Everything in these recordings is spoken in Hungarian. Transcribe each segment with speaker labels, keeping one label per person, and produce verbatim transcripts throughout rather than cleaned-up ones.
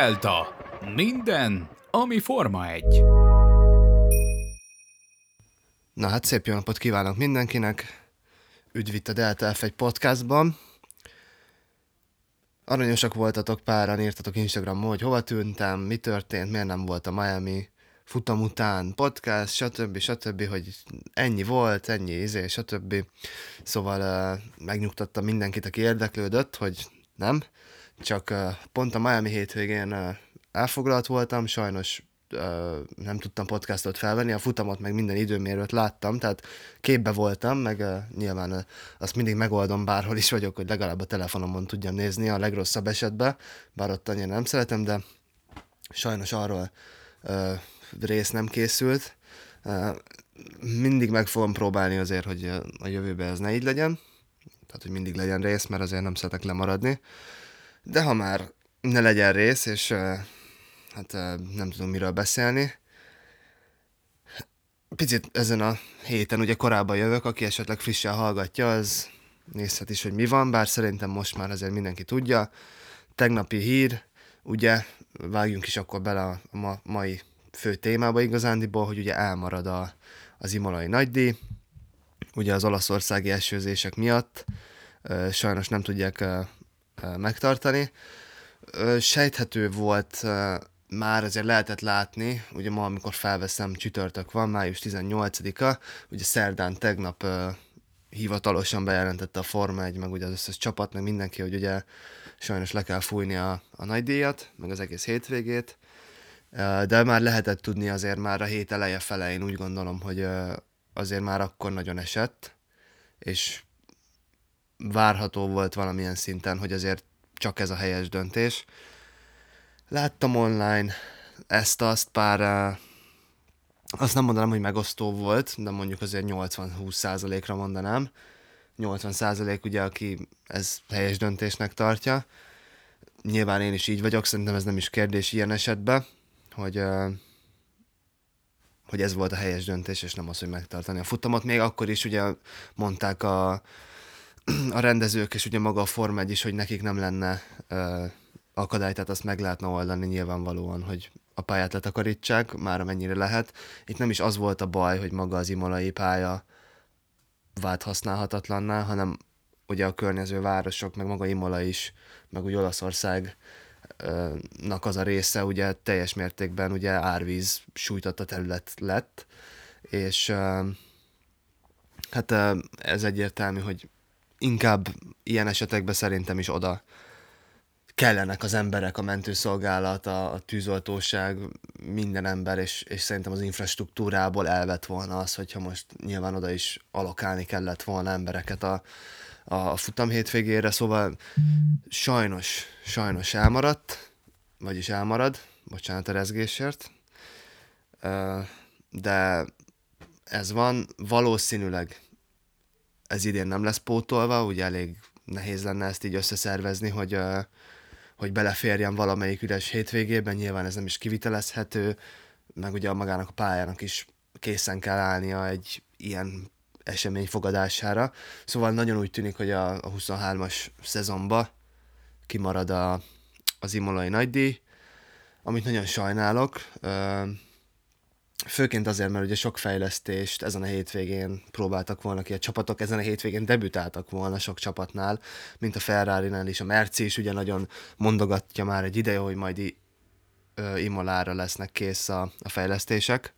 Speaker 1: Delta. Minden, ami Forma egy.
Speaker 2: Na hát szép jó napot kívánok mindenkinek. Üdv itt a Delta ef egy podcastban. Aranyosak voltatok, páran írtatok Instagramon, hogy hova tűntem, mi történt, miért nem volt a Miami futam után podcast, stb. stb., hogy ennyi volt, ennyi izé, stb. Szóval uh, megnyugtattam mindenkit, aki érdeklődött, hogy nem. Csak uh, pont a Miami hétvégén uh, elfoglalt voltam, sajnos uh, nem tudtam podcastot felvenni, a futamot meg minden időmérőt láttam, tehát képbe voltam, meg uh, nyilván uh, azt mindig megoldom bárhol is vagyok, hogy legalább a telefonomon tudjam nézni a legrosszabb esetben, bár ott annyira nem szeretem, de sajnos arról uh, rész nem készült. Uh, mindig meg fogom próbálni azért, hogy a jövőben ez ne így legyen, tehát hogy mindig legyen rész, mert azért nem szeretek lemaradni. De ha már ne legyen rész, és uh, hát uh, nem tudom miről beszélni, picit ezen a héten ugye korábban jövök, aki esetleg frissen hallgatja, az nézhet is, hogy mi van, bár szerintem most már azért mindenki tudja. Tegnapi hír, ugye vágjunk is akkor bele a ma, mai fő témába igazándiból, hogy ugye elmarad a, az imolai nagydíj, ugye az olaszországi esőzések miatt uh, sajnos nem tudják uh, uh, megtartani. Uh, sejthető volt, uh, már azért lehetett látni, ugye ma, amikor felveszem, csütörtök van, május tizennyolcadika, ugye szerdán tegnap uh, hivatalosan bejelentette a Forma egy, meg ugye az összes csapat, meg mindenki, hogy ugye sajnos le kell fújni a, a nagydíjat, meg az egész hétvégét, uh, de már lehetett tudni azért már a hét eleje fele, én úgy gondolom, hogy uh, azért már akkor nagyon esett, és várható volt valamilyen szinten, hogy azért csak ez a helyes döntés. Láttam online ezt-azt, pár, uh, azt nem mondanám, hogy megosztó volt, de mondjuk azért nyolcvan-húsz százalékra mondanám. nyolcvan százalék ugye, aki ez helyes döntésnek tartja. Nyilván én is így vagyok, szerintem ez nem is kérdés ilyen esetben, hogy, uh, hogy ez volt a helyes döntés, és nem az, hogy megtartani a futamot. Még akkor is ugye mondták a, a rendezők, és ugye maga a Forma egy is, hogy nekik nem lenne uh, akadály, tehát azt meg lehetne oldani nyilvánvalóan, hogy a pályát letakarítsák, már amennyire lehet. Itt nem is az volt a baj, hogy maga az imolai pálya vált használhatatlanná, hanem ugye a környező városok, meg maga Imola is, meg úgy Olaszországnak az a része ugye teljes mértékben ugye árvíz sújtotta terület lett, és uh, hát uh, ez egyértelmű, hogy inkább ilyen esetekben szerintem is oda kellenek az emberek, a mentőszolgálat, a, a tűzoltóság, minden ember, és, és szerintem az infrastruktúrából elvett volna az, hogyha most nyilván oda is alokálni kellett volna embereket a, a futam hétvégére, szóval sajnos, sajnos elmaradt, vagyis elmarad, bocsánat a rezgésért, de ez van, valószínűleg ez idén nem lesz pótolva, ugye elég nehéz lenne ezt így összeszervezni, hogy, hogy beleférjen valamelyik üres hétvégében, nyilván ez nem is kivitelezhető, meg ugye magának a pályának is készen kell állnia egy ilyen esemény fogadására. Szóval nagyon úgy tűnik, hogy a, a huszonhármas szezonba kimarad a, az imolai nagydíj, amit nagyon sajnálok. Főként azért, mert ugye sok fejlesztést ezen a hétvégén próbáltak volna ki, a csapatok ezen a hétvégén debütáltak volna sok csapatnál, mint a Ferrarinál is, a Merci is ugye nagyon mondogatja már egy ideje, hogy majd i- ö, Imolára lesznek kész a, a fejlesztések.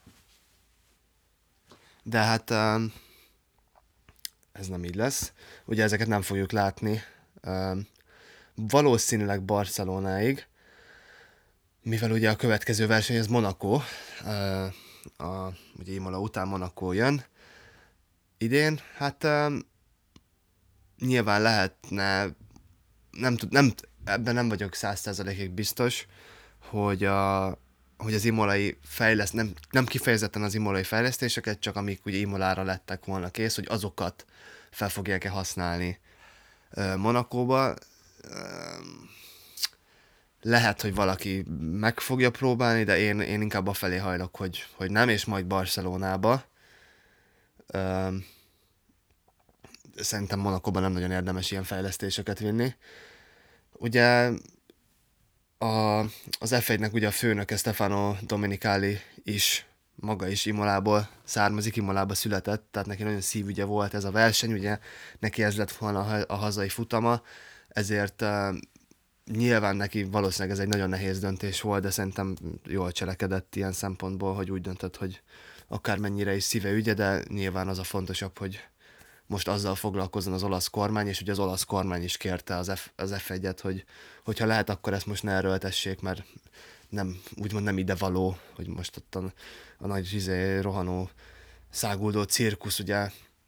Speaker 2: De hát ö, ez nem így lesz. Ugye ezeket nem fogjuk látni ö, valószínűleg Barcelonáig, mivel ugye a következő verseny az Monaco, uh, a, ugye Imola után Monaco jön idén, hát uh, nyilván lehetne, nem tud, nem, ebben nem vagyok száz százalékig biztos, hogy, a, hogy az imolai fejleszt, nem, nem kifejezetten az imolai fejlesztéseket, csak amik ugye Imolára lettek volna kész, hogy azokat fel fogják-e használni uh, Monacóba. Uh, Lehet, hogy valaki meg fogja próbálni, de én, én inkább afelé hajlok, hogy, hogy nem, és majd Barcelonába. Ö, szerintem Monacóban nem nagyon érdemes ilyen fejlesztéseket vinni. Ugye a, az ef egynek ugye a főnöke Stefano Domenicali is, maga is Imolából származik, Imolába született, tehát neki nagyon szívügye volt ez a verseny, ugye neki ez lett volna a, a hazai futama, ezért uh, nyilván neki valószínűleg ez egy nagyon nehéz döntés volt, de szerintem jól cselekedett ilyen szempontból, hogy úgy döntött, hogy akármennyire is szíve ügye, de nyilván az a fontosabb, hogy most azzal foglalkozzon az olasz kormány, és ugye az olasz kormány is kérte az, F, az ef egyet, hogy hogyha lehet, akkor ezt most ne erőltessék, mert nem, úgymond nem ide való, hogy most ott a, a nagy izé, rohanó, száguldó cirkusz, ugye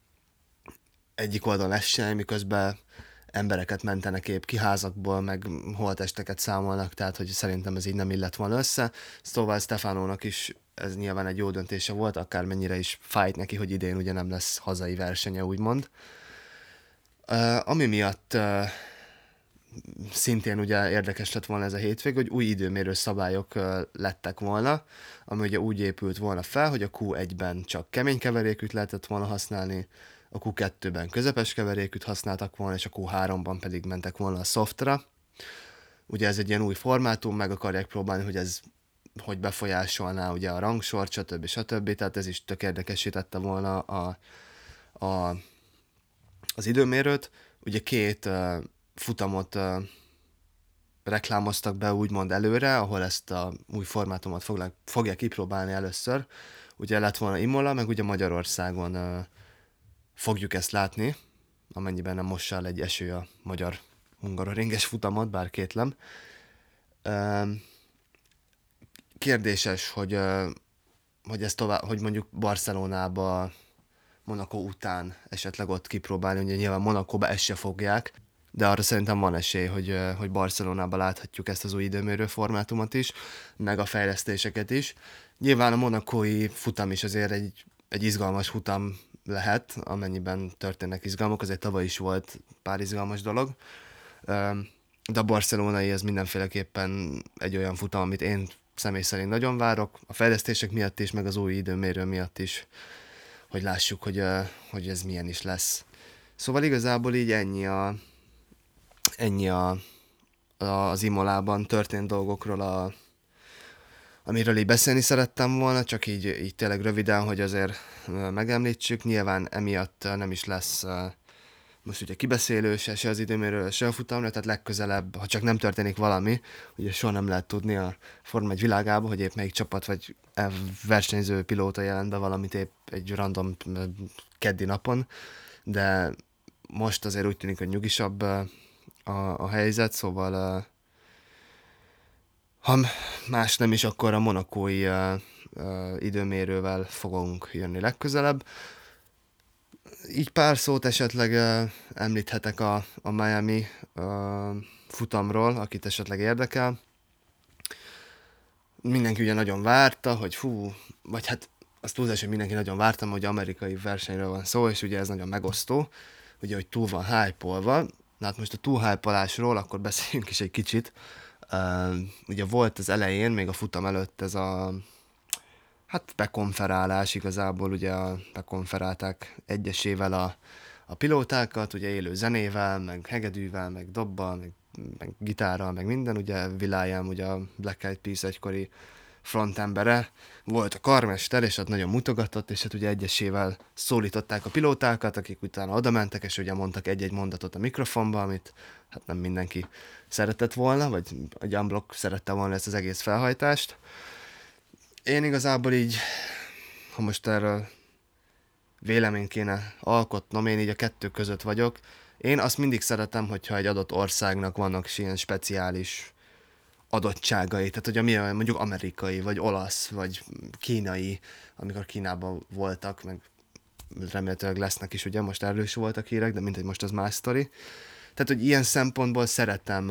Speaker 2: egyik oldalon essen, miközben embereket mentenek épp ki házakból, meg holttesteket számolnak, tehát hogy szerintem ez így nem illett volna össze. Szóval Stefanónak is ez nyilván egy jó döntése volt, akármennyire is fájt neki, hogy idén ugye nem lesz hazai versenye, úgymond. Uh, ami miatt uh, szintén ugye érdekes lett volna ez a hétvég, hogy új időmérő szabályok uh, lettek volna, ami ugye úgy épült volna fel, hogy a kú egyben csak kemény keverékűt lehetett volna használni, a kú kettőben közepes keverékűt használtak volna, és a kú háromban pedig mentek volna a softra. Ugye ez egy ilyen új formátum, meg akarják próbálni, hogy ez hogy befolyásolná ugye a rangsort, stb. stb. Tehát ez is tök érdekesítette volna a, a, az időmérőt. Ugye két uh, futamot uh, reklámoztak be úgymond előre, ahol ezt a új formátumot fogják, fogják kipróbálni először. Ugye lett volna Imola, meg ugye Magyarországon uh, fogjuk ezt látni, amennyiben nem mossál egy eső a magyar hungaroringes futamot, bár kétlem. Uh, Kérdéses, hogy, hogy, ez tovább, hogy mondjuk Barcelonába, Monaco után esetleg ott kipróbálni, ugye nyilván Monacóba ezt se fogják, de arra szerintem van esély, hogy, hogy Barcelonába láthatjuk ezt az új időmérő formátumot is, meg a fejlesztéseket is. Nyilván a monacói futam is azért egy, egy izgalmas futam lehet, amennyiben történnek izgalmak, azért tavaly is volt pár izgalmas dolog, de a barcelonai ez mindenféleképpen egy olyan futam, amit én személy szerint nagyon várok, a fejlesztések miatt is, meg az új időmérő miatt is, hogy lássuk, hogy, hogy ez milyen is lesz. Szóval igazából így ennyi, a, ennyi a, a, az Imolában történt dolgokról, a, amiről így beszélni szerettem volna, csak így, így tényleg röviden, hogy azért megemlítsük. Nyilván emiatt nem is lesz most ugye kibeszélő se, se az időmérőről, se a futamra, tehát legközelebb, ha csak nem történik valami, ugye soha nem lehet tudni a Forma egy világában, hogy épp melyik csapat vagy versenyző pilóta jelent be valamit épp egy random keddi napon, de most azért úgy tűnik, hogy nyugisabb a, a helyzet, szóval ha más nem is, akkor a monacói időmérővel fogunk jönni legközelebb. Így pár szót esetleg uh, említhetek a, a Miami uh, futamról, akit esetleg érdekel. Mindenki ugye nagyon várta, hogy fú, vagy hát azt túlzás, hogy mindenki nagyon vártam, hogy amerikai versenyről van szó, és ugye ez nagyon megosztó, ugye, hogy túl van hype-olva. Na hát most a túl hype-olásról akkor beszéljünk is egy kicsit. Uh, ugye volt az elején, még a futam előtt ez a hát bekonferálás, igazából ugye a, bekonferálták egyesével a, a pilótákat, ugye élő zenével, meg hegedűvel, meg dobbal, meg, meg gitárral, meg minden, ugye Will.i.am, ugye a Black Eyed Peas egykori frontembere, volt a karmester, és ott nagyon mutogatott, és hát ugye egyesével szólították a pilótákat, akik utána oda mentek, és ugye mondtak egy-egy mondatot a mikrofonba, amit hát nem mindenki szeretett volna, vagy a Jan Block szerette volna ezt az egész felhajtást. Én igazából így, ha most erről véleményt kéne alkotnom, én így a kettő között vagyok. Én azt mindig szeretem, hogyha egy adott országnak vannak ilyen speciális adottságai, tehát hogy ami mondjuk amerikai, vagy olasz, vagy kínai, amikor Kínában voltak, meg remélhetőleg lesznek is, ugye most erről is voltak hírek, de mindegy, most az más sztori. Tehát, hogy ilyen szempontból szeretem,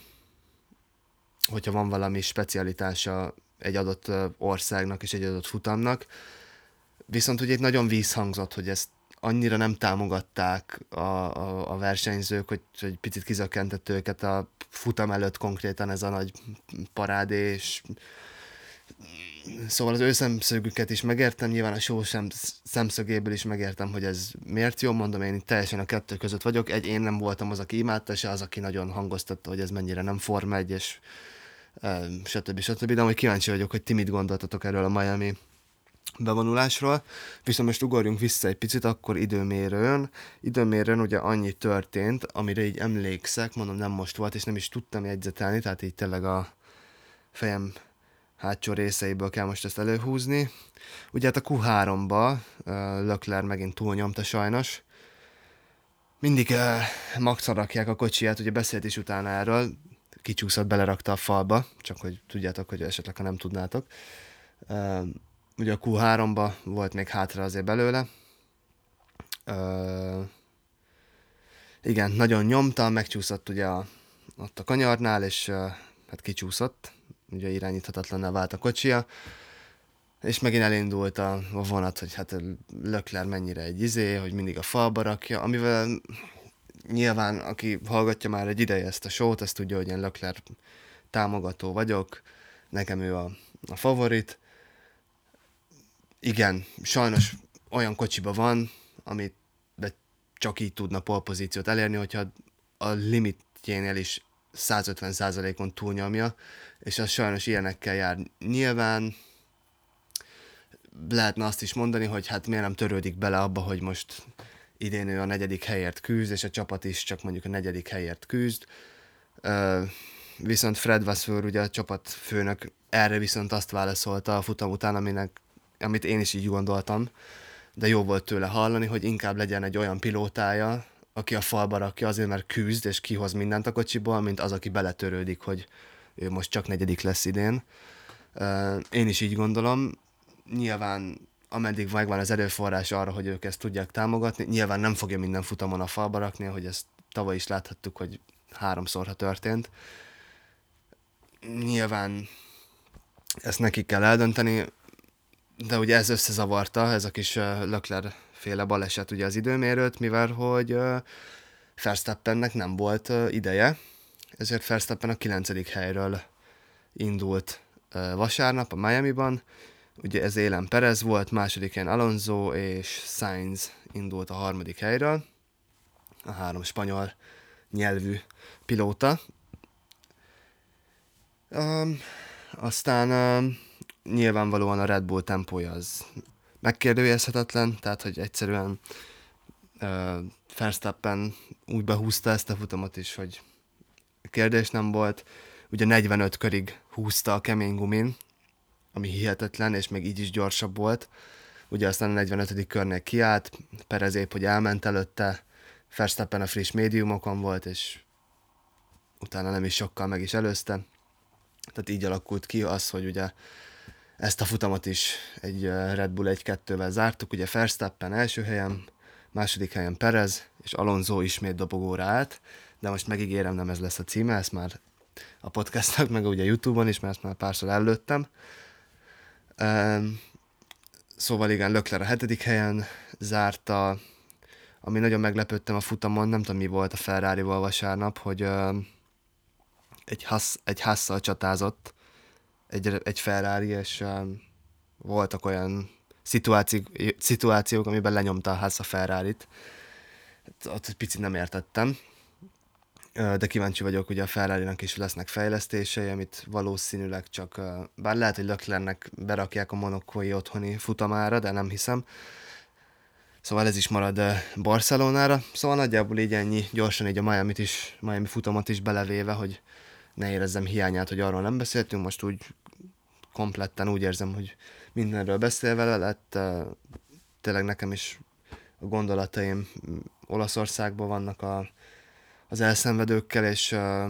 Speaker 2: hogyha van valami specialitása egy adott országnak és egy adott futamnak. Viszont ugye itt nagyon vízhangzott, hogy ezt annyira nem támogatták a, a, a versenyzők, hogy, hogy picit kizökkentett őket a futam előtt konkrétan ez a nagy parádé, és szóval az ő szemszögüket is megértem, nyilván a show sem, szemszögéből is megértem, hogy ez miért jó, mondom, én itt teljesen a kettő között vagyok. Egy, én nem voltam az, aki imádta, se az, aki nagyon hangoztatta, hogy ez mennyire nem Forma egy, és stb. stb. De amúgy kíváncsi vagyok, hogy ti mit gondoltatok erről a Miami bevonulásról. Viszont most ugorjunk vissza egy picit, akkor időmérőn. Időmérőn ugye annyi történt, amire így emlékszek, mondom nem most volt, és nem is tudtam jegyzetelni, tehát így tényleg a fejem hátsó részeiből kell most ezt előhúzni. Ugye hát a kú háromba uh, Leclerc megint túlnyomta sajnos. Mindig uh, maxra rakják a kocsiját, ugye beszélt is utána erről, kicsúszott, belerakta a falba, csak hogy tudjátok, hogy esetleg ha nem tudnátok. Uh, ugye a kú háromba volt még hátra azért belőle. Uh, igen, nagyon nyomta, megcsúszott ugye a, ott a kanyarnál, és uh, hát kicsúszott, ugye irányíthatatlanná vált a kocsia, és megint elindult a, a vonat, hogy hát Leclerc mennyire egy izé, hogy mindig a falba rakja, amivel nyilván, aki hallgatja már egy ideje ezt a show-t, azt tudja, hogy én Leclerc támogató vagyok, nekem ő a, a favorit. Igen, sajnos olyan kocsiba van, amit csak így tudna polpozíciót elérni, hogyha a limitjénél is százötven százalékon túlnyomja, és az sajnos ilyenekkel jár. Nyilván lehetne azt is mondani, hogy hát miért nem törődik bele abba, hogy most idén ő a negyedik helyért küzd, és a csapat is csak mondjuk a negyedik helyért küzd. Uh, viszont Fred Vasseur, ugye a csapatfőnök erre viszont azt válaszolta a futam után, aminek, amit én is így gondoltam, de jó volt tőle hallani, hogy inkább legyen egy olyan pilótája, aki a falba rakja azért, mert küzd és kihoz mindent a kocsiból, mint az, aki beletörődik, hogy ő most csak negyedik lesz idén. Uh, én is így gondolom. Nyilván ameddig megvan az erőforrás arra, hogy ők ezt tudják támogatni, nyilván nem fogja minden futamon a falba rakni, hogy ezt tavaly is láthattuk, hogy háromszor, ha történt. Nyilván ezt nekik kell eldönteni, de ugye ez összezavarta, ez a kis Leclerc féle baleset ugye az időmérőt, mivel hogy Verstappennek nem volt ideje, ezért Verstappen a kilencedik helyről indult vasárnap a Miamiban. Ugye ez élen Perez volt, másodikén Alonso és Sainz indult a harmadik helyről, a három spanyol nyelvű pilóta. Um, aztán um, nyilvánvalóan a Red Bull tempója az megkérdőjelezhetetlen, tehát hogy egyszerűen uh, Verstappen úgy behúzta ezt a futamot is, hogy kérdés nem volt. Ugye negyvenöt körig húzta a kemény gumin, ami hihetetlen, és még így is gyorsabb volt. Ugye aztán a negyvenötödik körnél kiállt, Perez épp, hogy elment előtte, Verstappen a friss médiumokon volt, és utána nem is sokkal meg is előzte. Tehát így alakult ki az, hogy ugye ezt a futamot is egy Red Bull egy kettővel zártuk, ugye Verstappen első helyen, második helyen Perez, és Alonso ismét dobogóra állt, de most megígérem, nem ez lesz a címe, ezt már a podcastnak, meg ugye YouTube-on is, mert ezt már párszor előttem. Um, szóval igen, Leclerc a hetedik helyen zárta, ami nagyon meglepődtem a futamon, nem tudom mi volt a Ferrari-val vasárnap, hogy um, egy, Haas, egy Haasszal csatázott egy, egy Ferrari, és um, voltak olyan szituációk, szituációk, amiben lenyomta a Haas a Ferrarit. Ott egy picit nem értettem, de kíváncsi vagyok, hogy a Ferrari-nak is lesznek fejlesztései, amit valószínűleg csak, bár lehet, hogy Leclercnek berakják a monokói otthoni futamára, de nem hiszem. Szóval ez is marad Barcelonára. Szóval nagyjából így ennyi, gyorsan így a Miami-t is, Miami futamot is belevéve, hogy ne érezzem hiányát, hogy arról nem beszéltünk, most úgy kompletten úgy érzem, hogy mindenről beszélve lett. Tényleg nekem is a gondolataim Olaszországban vannak a az elszenvedőkkel, és uh,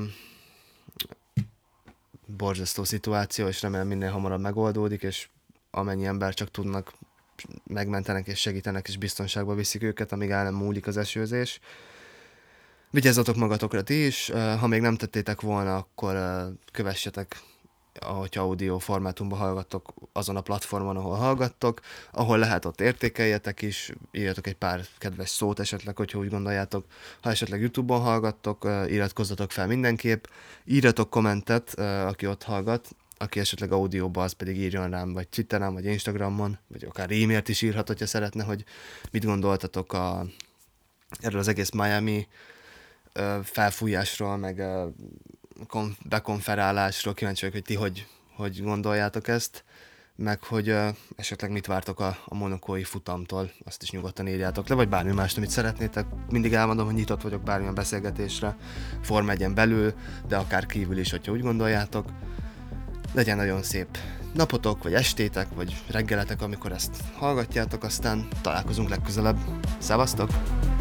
Speaker 2: borzasztó szituáció, és remélem minél hamarabb megoldódik, és amennyi ember csak tudnak, megmentenek és segítenek, és biztonságba viszik őket, amíg el nem múlik az esőzés. Vigyázzatok magatokra ti is, uh, ha még nem tettétek volna, akkor uh, kövessetek, ahogy audio formátumban hallgattok, azon a platformon, ahol hallgattok, ahol lehet, ott értékeljetek is, írjatok egy pár kedves szót esetleg, hogyha úgy gondoljátok. Ha esetleg YouTube-on hallgattok, iratkozzatok fel mindenképp, írjatok kommentet, aki ott hallgat, aki esetleg audióban, az pedig írjon rám, vagy Twitteren, vagy Instagramon, vagy akár e-mailt is írhat, hogyha szeretne, hogy mit gondoltatok a, erről az egész Miami felfújásról, meg kon- bekonferálásról, kíváncsi vagyok, hogy ti hogy, hogy gondoljátok ezt, meg hogy uh, esetleg mit vártok a, a monokói futamtól, azt is nyugodtan írjátok le, vagy bármi mást, amit szeretnétek. Mindig elmondom, hogy nyitott vagyok bármilyen beszélgetésre, Forma egyen belül, de akár kívül is, hogyha úgy gondoljátok. Legyen nagyon szép napotok, vagy estétek, vagy reggeletek, amikor ezt hallgatjátok, aztán találkozunk legközelebb. Szevasztok!